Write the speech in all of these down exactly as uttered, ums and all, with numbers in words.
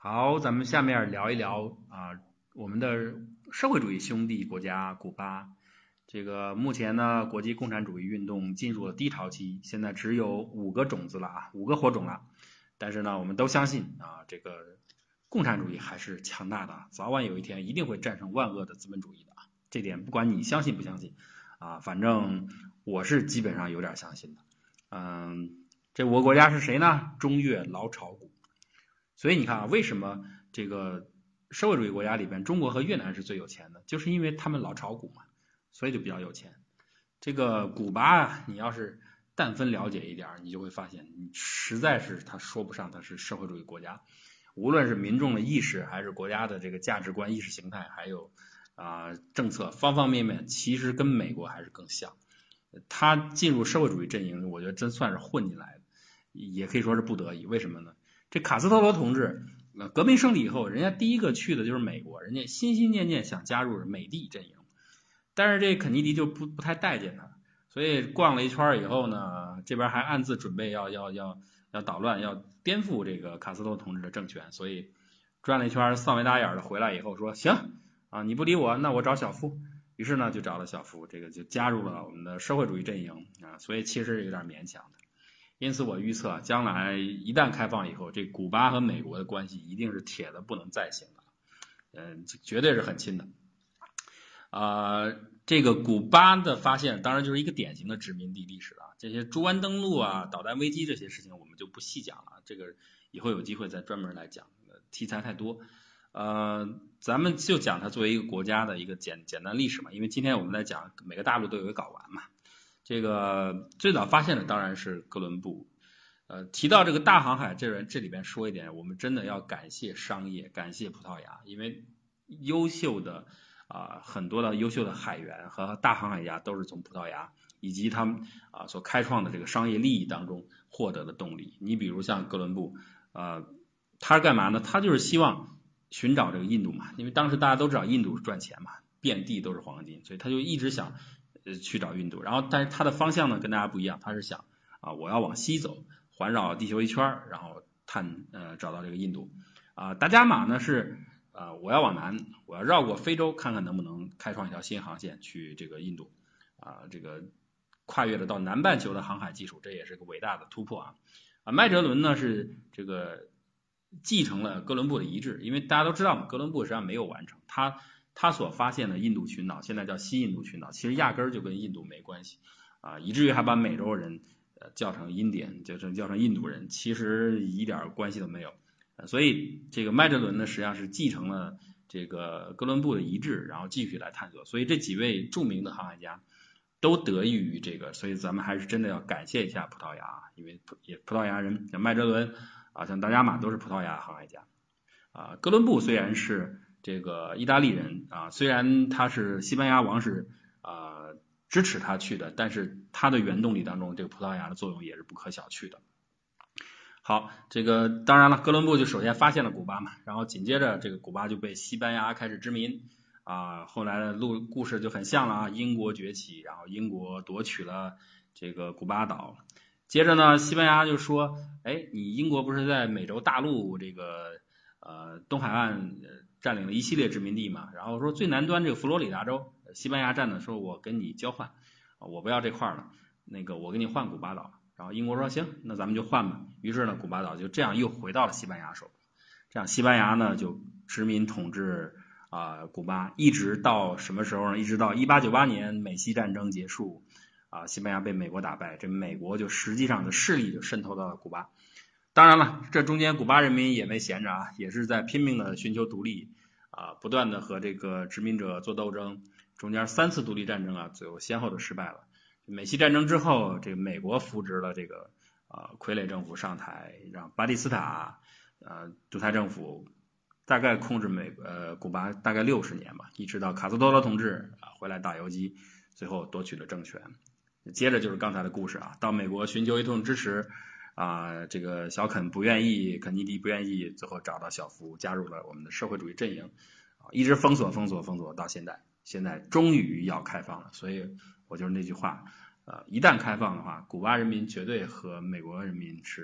好，咱们下面聊一聊啊，我们的社会主义兄弟国家古巴。这个目前呢，国际共产主义运动进入了低潮期，现在只有五个种子了啊，五个火种了。但是呢，我们都相信啊，这个共产主义还是强大的，早晚有一天一定会战胜万恶的资本主义的。这点不管你相信不相信啊，反正我是基本上有点相信的。嗯，这五个国家是谁呢？中越老炒股。所以你看啊，为什么这个社会主义国家里边，中国和越南是最有钱的，就是因为他们老炒股嘛，所以就比较有钱。这个古巴啊，你要是但分了解一点，你就会发现，你实在是他说不上他是社会主义国家，无论是民众的意识，还是国家的这个价值观、意识形态，还有啊、呃、政策方方面面，其实跟美国还是更像。他进入社会主义阵营，我觉得真算是混进来的，也可以说是不得已。为什么呢？这卡斯特罗同志，呃，革命胜利以后，人家第一个去的就是美国，人家心心念念想加入美帝阵营，但是这肯尼迪就不不太待见他，所以逛了一圈以后呢，这边还暗自准备要要要要捣乱，要颠覆这个卡斯特罗同志的政权，所以转了一圈丧眉打眼的回来以后说，行啊，你不理我，那我找小夫。于是呢，就找了小夫，这个就加入了我们的社会主义阵营啊，所以其实有点勉强的。因此我预测，将来一旦开放以后，这古巴和美国的关系一定是铁的不能再行的，嗯，绝对是很亲的。啊、呃，这个古巴的发现当然就是一个典型的殖民地历史了。这些猪湾登陆啊、导弹危机这些事情我们就不细讲了，这个以后有机会再专门来讲，题材太多。呃，咱们就讲它作为一个国家的一个简简单历史嘛，因为今天我们在讲每个大陆都有个睾丸嘛。这个最早发现的当然是哥伦布。呃，提到这个大航海，这人这里边说一点，我们真的要感谢商业，感谢葡萄牙，因为优秀的啊、呃、很多的优秀的海员和大航海家都是从葡萄牙以及他们啊、呃、所开创的这个商业利益当中获得的动力。你比如像哥伦布，呃，他是干嘛呢？他就是希望寻找这个印度嘛，因为当时大家都知道印度赚钱嘛，遍地都是黄金，所以他就一直想呃去找印度。然后，但是他的方向呢跟大家不一样，他是想啊我要往西走，环绕地球一圈，然后探呃找到这个印度。啊，达伽马呢是啊我要往南，我要绕过非洲，看看能不能开创一条新航线去这个印度。啊，这个跨越了到南半球的航海技术，这也是个伟大的突破啊。啊，麦哲伦呢是这个继承了哥伦布的遗志，因为大家都知道嘛，哥伦布实际上没有完成他他所发现的印度群岛，现在叫西印度群岛，其实压根儿就跟印度没关系啊，以至于还把美洲人呃叫成印第安，叫成叫成印度人，其实一点关系都没有。所以这个麦哲伦呢，实际上是继承了这个哥伦布的遗志，然后继续来探索。所以这几位著名的航海家都得益于这个，所以咱们还是真的要感谢一下葡萄牙，因为也葡萄牙人像麦哲伦啊，像达伽马都是葡萄牙航海家啊。哥伦布虽然是这个意大利人啊，虽然他是西班牙王室啊支持他去的，但是他的原动力当中，这个葡萄牙的作用也是不可小觑的。好，这个当然了，哥伦布就首先发现了古巴嘛，然后紧接着这个古巴就被西班牙开始殖民啊，后来的路故事就很像了啊，英国崛起，然后英国夺取了这个古巴岛，接着呢，西班牙就说，哎，你英国不是在美洲大陆这个呃东海岸占领了一系列殖民地嘛，然后说最南端这个佛罗里达州，西班牙站的说我跟你交换，我不要这块了，那个我给你换古巴岛。然后英国说行，那咱们就换吧。于是呢，古巴岛就这样又回到了西班牙手。这样西班牙呢就殖民统治啊、呃、古巴，一直到什么时候呢？一直到一八九八年美西战争结束啊、呃，西班牙被美国打败，这美国就实际上的势力就渗透到了古巴。当然了，这中间古巴人民也没闲着啊，也是在拼命的寻求独立啊、呃，不断的和这个殖民者做斗争。中间三次独立战争啊，最后先后的失败了。美西战争之后，这个美国扶植了这个啊、呃、傀儡政府上台，让巴蒂斯塔呃独裁政府大概控制美呃古巴大概六十年吧，一直到卡斯特罗同志啊回来打游击，最后夺取了政权。接着就是刚才的故事啊，到美国寻求一通支持啊，这个小肯不愿意，肯尼迪不愿意，最后找到小福加入了我们的社会主义阵营，啊，一直封锁封锁封锁到现在，现在终于要开放了，所以。我就是那句话，呃，一旦开放的话，古巴人民绝对和美国人民是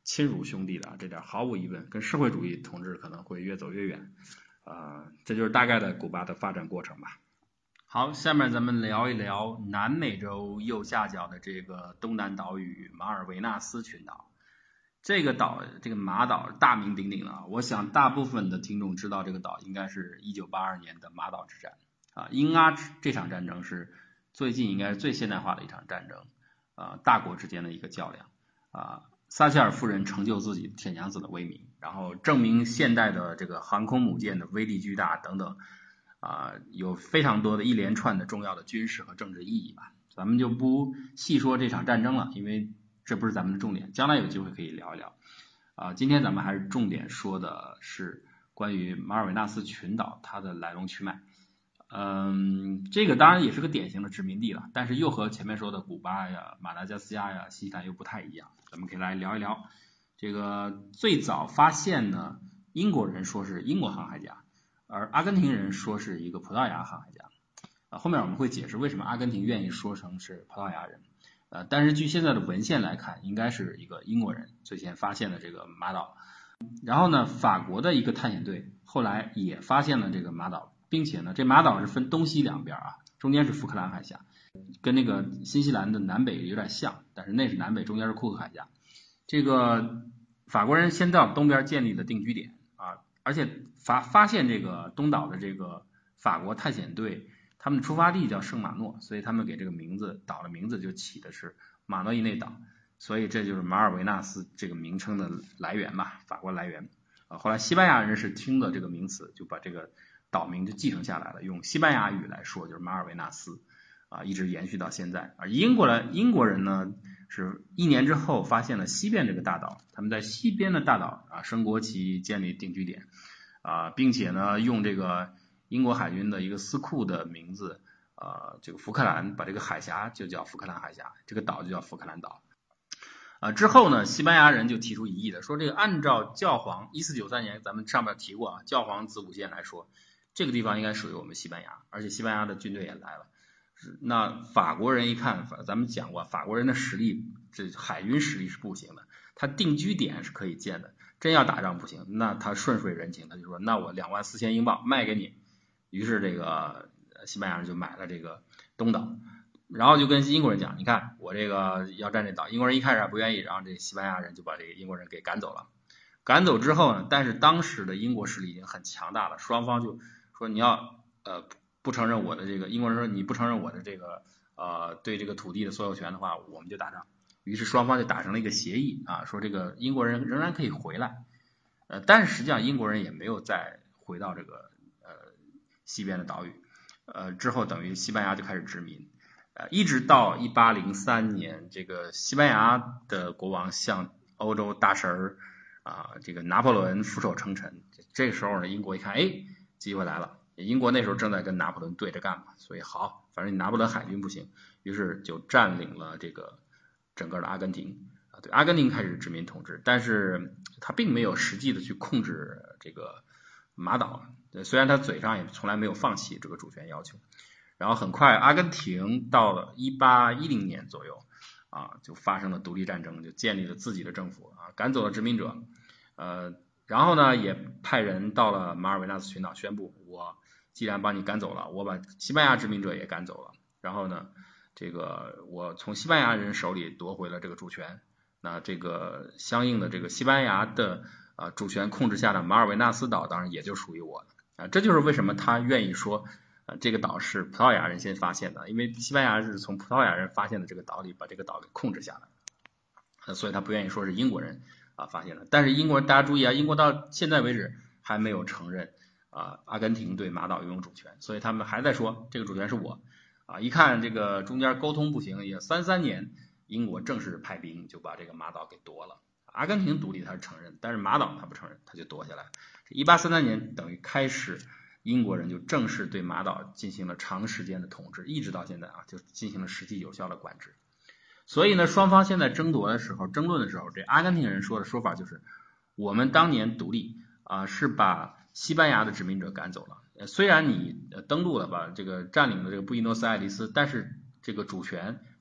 亲儒兄弟的，这点毫无疑问，跟社会主义统治可能会越走越远。啊，这就是大概的古巴的发展过程吧。好，下面咱们聊一聊南美洲右下角的这个东南岛屿马尔维纳斯群岛。这个岛，这个马岛大名鼎鼎了，我想大部分的听众知道这个岛应该是一九八二年的马岛之战啊。英阿这场战争是最近应该是最现代化的一场战争啊，大国之间的一个较量啊。撒切尔夫人成就自己铁娘子的威名，然后证明现代的这个航空母舰的威力巨大等等啊，有非常多的一连串的重要的军事和政治意义吧。咱们就不细说这场战争了，因为这不是咱们的重点，将来有机会可以聊一聊啊。今天咱们还是重点说的是关于马尔维纳斯群岛它的来龙去脉。嗯，这个当然也是个典型的殖民地了，但是又和前面说的古巴呀、马达加斯加呀、西西兰又不太一样。咱们可以来聊一聊这个最早发现呢，英国人说是英国航海家，而阿根廷人说是一个葡萄牙航海家。啊，后面我们会解释为什么阿根廷愿意说成是葡萄牙人。呃，但是据现在的文献来看，应该是一个英国人最先发现的这个马岛。然后呢，法国的一个探险队后来也发现了这个马岛，并且呢，这马岛是分东西两边啊，中间是福克兰海峡，跟那个新西兰的南北有点像，但是那是南北，中间是库克海峡。这个法国人先到东边建立了定居点啊，而且发发现这个东岛的这个法国探险队，他们的出发地叫圣马诺，所以他们给这个名字岛的名字就起的是马诺伊内岛，所以这就是马尔维纳斯这个名称的来源吧，法国来源啊。后来西班牙人是听了这个名词，就把这个岛名就继承下来了，用西班牙语来说就是马尔维纳斯啊，一直延续到现在。而英国人英国人呢，是一年之后发现了西边这个大岛，他们在西边的大岛啊升国旗，建立定居点啊，并且呢用这个英国海军的一个司库的名字啊，这个福克兰，把这个海峡就叫福克兰海峡，这个岛就叫福克兰岛。啊，之后呢，西班牙人就提出疑义的，说这个按照教皇一四九三年咱们上面提过啊，教皇子午线来说，这个地方应该属于我们西班牙，而且西班牙的军队也来了。那法国人一看，咱们讲过，法国人的实力，这海军实力是不行的，他定居点是可以建的，真要打仗不行，那他顺水人情，他就说，那我两万四千英镑卖给你。于是这个西班牙人就买了这个东岛，然后就跟英国人讲，你看我这个要占这岛，英国人一开始还不愿意，然后这西班牙人就把这个英国人给赶走了。赶走之后呢，但是当时的英国势力已经很强大了，双方就说你要呃不承认我的这个，英国人说你不承认我的这个呃对这个土地的所有权的话，我们就打仗。于是双方就达成了一个协议啊，说这个英国人仍然可以回来，呃，但是实际上英国人也没有再回到这个呃西边的岛屿，呃之后等于西班牙就开始殖民，呃一直到一八零三年，这个西班牙的国王向欧洲大神儿啊这个拿破仑俯首称臣，这时候呢，英国一看，哎，机会来了。英国那时候正在跟拿破仑对着干嘛，所以好，反正你拿破仑海军不行，于是就占领了这个整个的阿根廷啊，对阿根廷开始殖民统治，但是他并没有实际的去控制这个马岛，虽然他嘴上也从来没有放弃这个主权要求。然后很快，阿根廷到了一八一零年左右啊，就发生了独立战争，就建立了自己的政府啊，赶走了殖民者，呃，然后呢，也派人到了马尔维纳斯群岛宣布，我既然把你赶走了，我把西班牙殖民者也赶走了，然后呢，这个我从西班牙人手里夺回了这个主权，那这个相应的这个西班牙的啊主权控制下的马尔维纳斯岛当然也就属于我的啊，这就是为什么他愿意说啊这个岛是葡萄牙人先发现的，因为西班牙是从葡萄牙人发现的这个岛里把这个岛给控制下来，所以他不愿意说是英国人啊发现的。但是英国人大家注意啊，英国到现在为止还没有承认啊阿根廷对马岛拥有主权，所以他们还在说这个主权是我啊。一看这个中间沟通不行，也三三年英国正式派兵就把这个马岛给夺了。阿根廷独立他是承认，但是马岛他不承认，他就夺下来。一八三三年等于开始英国人就正式对马岛进行了长时间的统治，一直到现在啊就进行了实际有效的管制。所以呢，双方现在争夺的时候，争论的时候，这阿根廷人说的说法就是，我们当年独立啊、呃，是把西班牙的殖民者赶走了。虽然你登陆了，把这个占领了这个布宜诺斯艾利斯，但是这个主权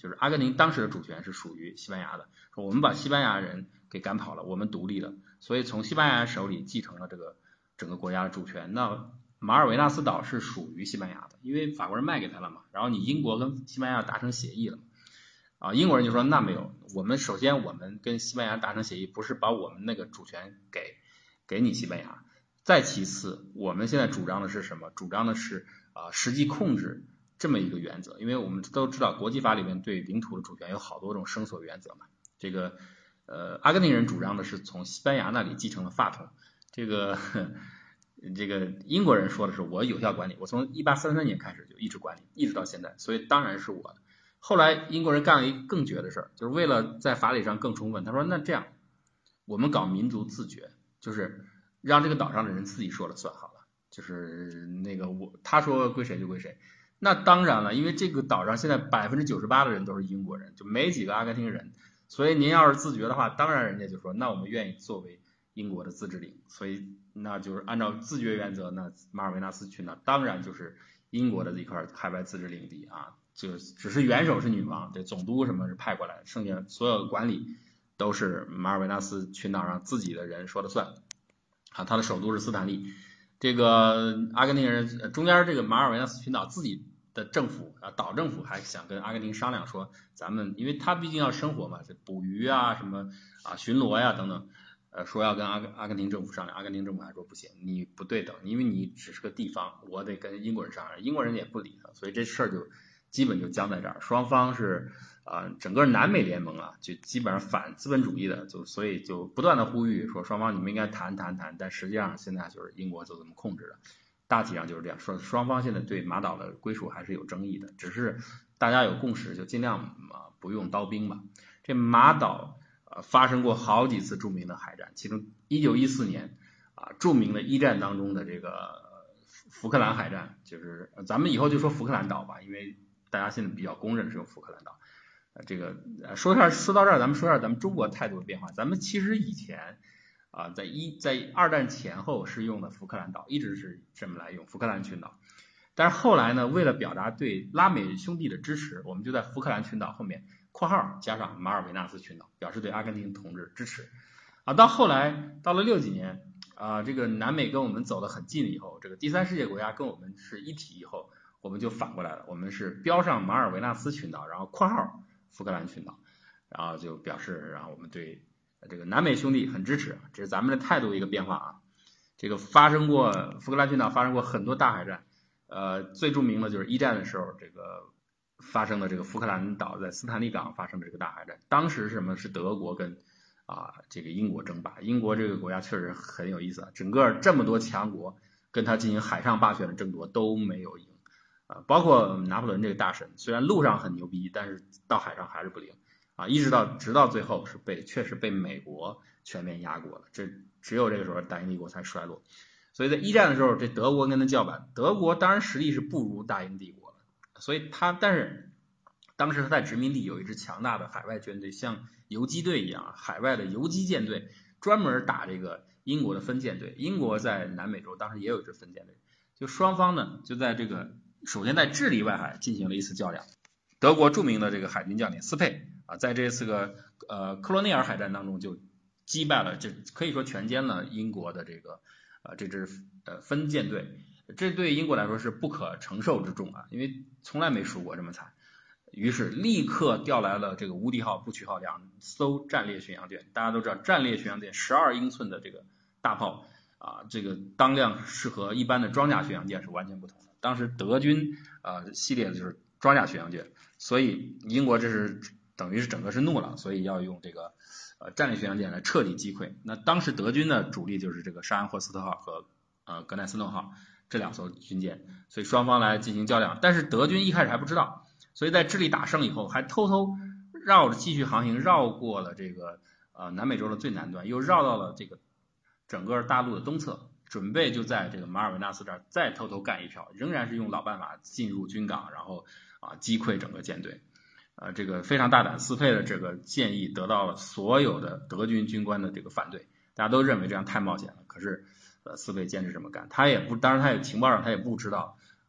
就是阿根廷当时的主权是属于西班牙的，说我们把西班牙人给赶跑了，我们独立了，所以从西班牙人手里继承了这个整个国家的主权。那马尔维纳斯岛是属于西班牙的，因为法国人卖给他了嘛，然后你英国跟西班牙达成协议了嘛，啊，英国人就说那没有，我们首先我们跟西班牙达成协议，不是把我们那个主权给给你西班牙，再其次，我们现在主张的是什么？主张的是啊、呃、实际控制这么一个原则，因为我们都知道国际法里面对领土的主权有好多种声索原则嘛。这个呃阿根廷人主张的是从西班牙那里继承了法统，这个这个英国人说的是我有效管理，我从一八三三年开始就一直管理，一直到现在，所以当然是我的。后来英国人干了一个更绝的事儿，就是为了在法理上更充分，他说那这样我们搞民族自决，就是让这个岛上的人自己说了算好了，就是那个我他说归谁就归谁。那当然了，因为这个岛上现在百分之九十八的人都是英国人，就没几个阿根廷人，所以您要是自决的话，当然人家就说那我们愿意作为英国的自治领，所以那就是按照自决原则，那马尔维纳斯群岛当然就是英国的一块海外自治领地啊，就只是元首是女王，这总督什么是派过来的，剩下所有管理都是马尔维纳斯群岛上自己的人说了算啊，他的首都是斯坦利。这个阿根廷人中间这个马尔维纳斯群岛自己的政府啊，岛政府还想跟阿根廷商量说，咱们因为他毕竟要生活嘛，这捕鱼啊什么啊巡逻呀等等，呃说要跟阿根阿根廷政府商量，阿根廷政府还说不行，你不对等，因为你只是个地方，我得跟英国人商量，英国人也不理他，所以这事儿就基本就僵在这儿，双方是啊、呃、整个南美联盟啊就基本上反资本主义的，就所以就不断的呼吁说双方你们应该谈谈谈，但实际上现在就是英国就这么控制的。大体上就是这样说，双方现在对马岛的归属还是有争议的，只是大家有共识，就尽量啊不用刀兵吧。这马岛呃发生过好几次著名的海战，其中一九一四年啊著名的一战当中的这个福克兰海战，就是咱们以后就说福克兰岛吧，因为大家现在比较公认是用福克兰岛。呃这个说一下说到这儿，咱们说一下咱们中国态度的变化。咱们其实以前啊，在一在二战前后是用的福克兰岛，一直是这么来用福克兰群岛。但是后来呢，为了表达对拉美兄弟的支持，我们就在福克兰群岛后面括号加上马尔维纳斯群岛，表示对阿根廷统治支持。啊，到后来到了六几年啊，这个南美跟我们走得很近以后，这个第三世界国家跟我们是一体以后，我们就反过来了，我们是标上马尔维纳斯群岛，然后括号福克兰群岛，然后就表示然后我们对这个南美兄弟很支持，这是咱们的态度一个变化啊。这个发生过福克兰群岛发生过很多大海战，呃，最著名的就是一战的时候，这个发生的这个福克兰岛在斯坦利港发生的这个大海战，当时是什么？是德国跟啊这个英国争霸。英国这个国家确实很有意思啊，整个这么多强国跟他进行海上霸权的争夺都没有赢啊，包括拿破仑这个大神，虽然路上很牛逼，但是到海上还是不灵。啊，一直到直到最后是被确实被美国全面压过了，这只有这个时候大英帝国才衰落。所以在一战的时候，这德国跟他叫板，德国当然实力是不如大英帝国了，所以他但是当时他在殖民地有一支强大的海外军队，像游击队一样，海外的游击舰队专门打这个英国的分舰队。英国在南美洲当时也有一支分舰队，就双方呢就在这个首先在智利外海进行了一次较量。德国著名的这个海军将领斯佩啊，在这次个呃克罗内尔海战当中就击败了，这可以说全歼了英国的这个呃这支呃分舰队，这对英国来说是不可承受之重啊，因为从来没输过这么惨。于是立刻调来了这个无敌号、不屈号两艘战列巡洋舰。大家都知道，战列巡洋舰十二英寸的这个大炮啊，这个当量是和一般的装甲巡洋舰是完全不同的。当时德军啊系列的就是装甲巡洋舰，所以英国这是等于是整个是怒了，所以要用这个呃战略巡洋舰来彻底击溃。那当时德军的主力就是这个沙恩霍斯特号和呃格奈斯顿号这两艘军舰，所以双方来进行较量。但是德军一开始还不知道，所以在智利打胜以后，还偷偷绕着继续航行，绕过了这个呃南美洲的最南端，又绕到了这个整个大陆的东侧。准备就在这个马尔维纳斯这儿再偷偷干一票，仍然是用老办法进入军港，然后啊击溃整个舰队。呃，这个非常大胆，斯佩的这个建议得到了所有的德军军官的这个反对，大家都认为这样太冒险了。可是呃，斯佩坚持这么干，他也不，当然他也情报上他也不知道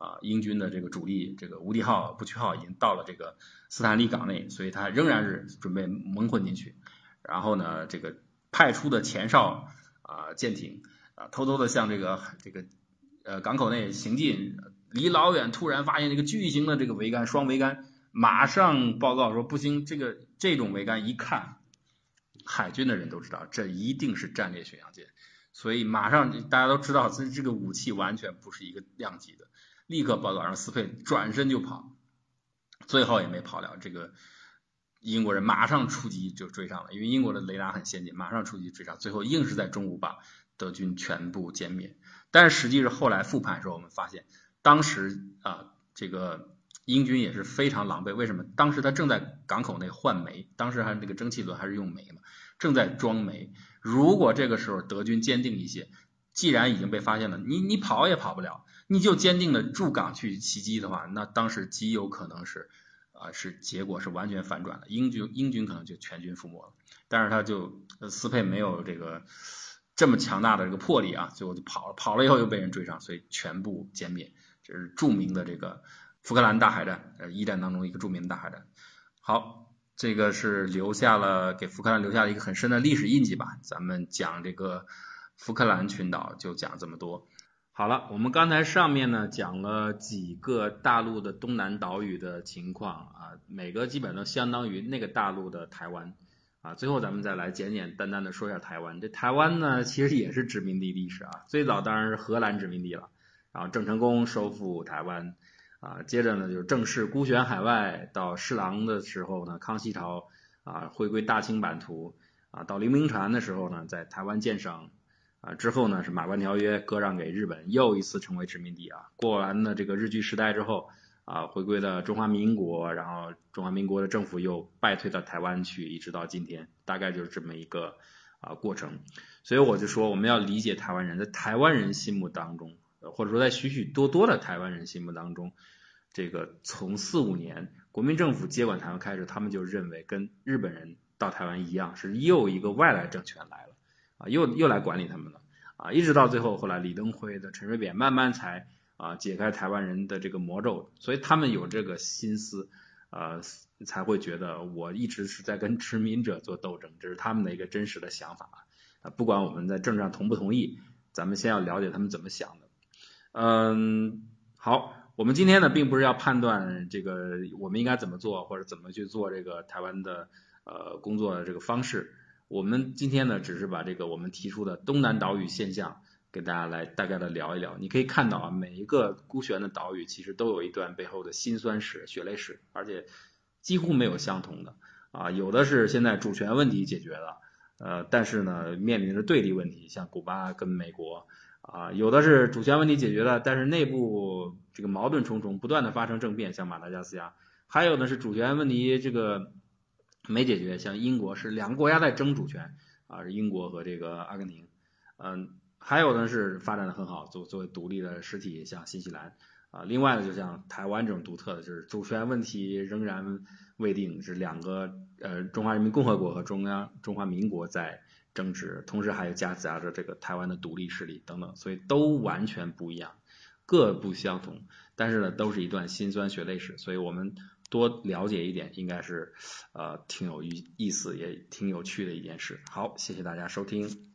啊，英军的这个主力这个无敌号、不屈号已经到了这个斯坦利港内，所以他仍然是准备蒙混进去。然后呢，这个派出的前哨啊舰艇啊，偷偷的向这个这个呃港口内行进，离老远突然发现这个巨型的这个桅杆，双桅杆，马上报告说不行，这个这种桅杆一看，海军的人都知道这一定是战略巡洋舰，所以马上大家都知道这这个武器完全不是一个量级的，立刻报告让斯佩转身就跑，最后也没跑了，这个英国人马上出击就追上了，因为英国的雷达很先进，马上出击追上，最后硬是在中午把德军全部歼灭。但是实际是后来复盘的时候，我们发现当时啊这个英军也是非常狼狈，为什么？当时他正在港口内换煤，当时还那个蒸汽轮还是用煤嘛，正在装煤。如果这个时候德军坚定一些，既然已经被发现了，你你跑也跑不了，你就坚定的驻港去袭击的话，那当时极有可能是啊、呃、是结果是完全反转的，英军英军可能就全军覆没了。但是他就斯佩没有这个这么强大的这个魄力啊，最后就跑了，跑了以后又被人追上，所以全部歼灭。这是著名的这个福克兰大海战，呃，一战当中一个著名的大海战。好，这个是留下了给福克兰留下了一个很深的历史印记吧。咱们讲这个福克兰群岛就讲这么多。好了，我们刚才上面呢讲了几个大陆的东南岛屿的情况啊，每个基本都相当于那个大陆的台湾啊。最后咱们再来简简单单的说一下台湾。这台湾呢其实也是殖民地历史啊，最早当然是荷兰殖民地了，然后郑成功收复台湾啊，接着呢就是正式孤悬海外，到施琅的时候呢，康熙朝啊回归大清版图啊，到黎明传的时候呢，在台湾建省。啊，之后呢是马关条约割让给日本，又一次成为殖民地啊。过完了这个日据时代之后啊，回归了中华民国，然后中华民国的政府又败退到台湾去，一直到今天，大概就是这么一个啊过程。所以我就说，我们要理解台湾人，在台湾人心目当中，或者说在许许多多的台湾人心目当中，这个从四五年国民政府接管台湾开始，他们就认为跟日本人到台湾一样，是又一个外来政权来了。啊，又又来管理他们了啊，一直到最后，后来李登辉的陈水扁慢慢才啊解开台湾人的这个魔咒，所以他们有这个心思，呃，才会觉得我一直是在跟殖民者做斗争，这是他们的一个真实的想法啊。不管我们在政治上同不同意，咱们先要了解他们怎么想的。嗯，好，我们今天呢，并不是要判断这个我们应该怎么做，或者怎么去做这个台湾的呃工作的这个方式。我们今天呢，只是把这个我们提出的东南岛屿现象给大家来大概的聊一聊。你可以看到啊，每一个孤悬的岛屿其实都有一段背后的辛酸史、血泪史，而且几乎没有相同的啊。有的是现在主权问题解决了，呃，但是呢面临着对立问题，像古巴跟美国啊；有的是主权问题解决了，但是内部这个矛盾重重，不断的发生政变，像马达加斯加；还有呢是主权问题这个没解决，像英国是两个国家在争主权啊，是英国和这个阿根廷，嗯，还有呢是发展的很好，作作为独立的实体，像新西兰啊。另外呢，就像台湾这种独特的，就是主权问题仍然未定，是两个呃中华人民共和国和中央中华民国在争执，同时还有夹杂着这个台湾的独立势力等等，所以都完全不一样，各不相同，但是呢都是一段辛酸血泪史，所以我们多了解一点，应该是呃挺有意思，也挺有趣的一件事。好，谢谢大家收听。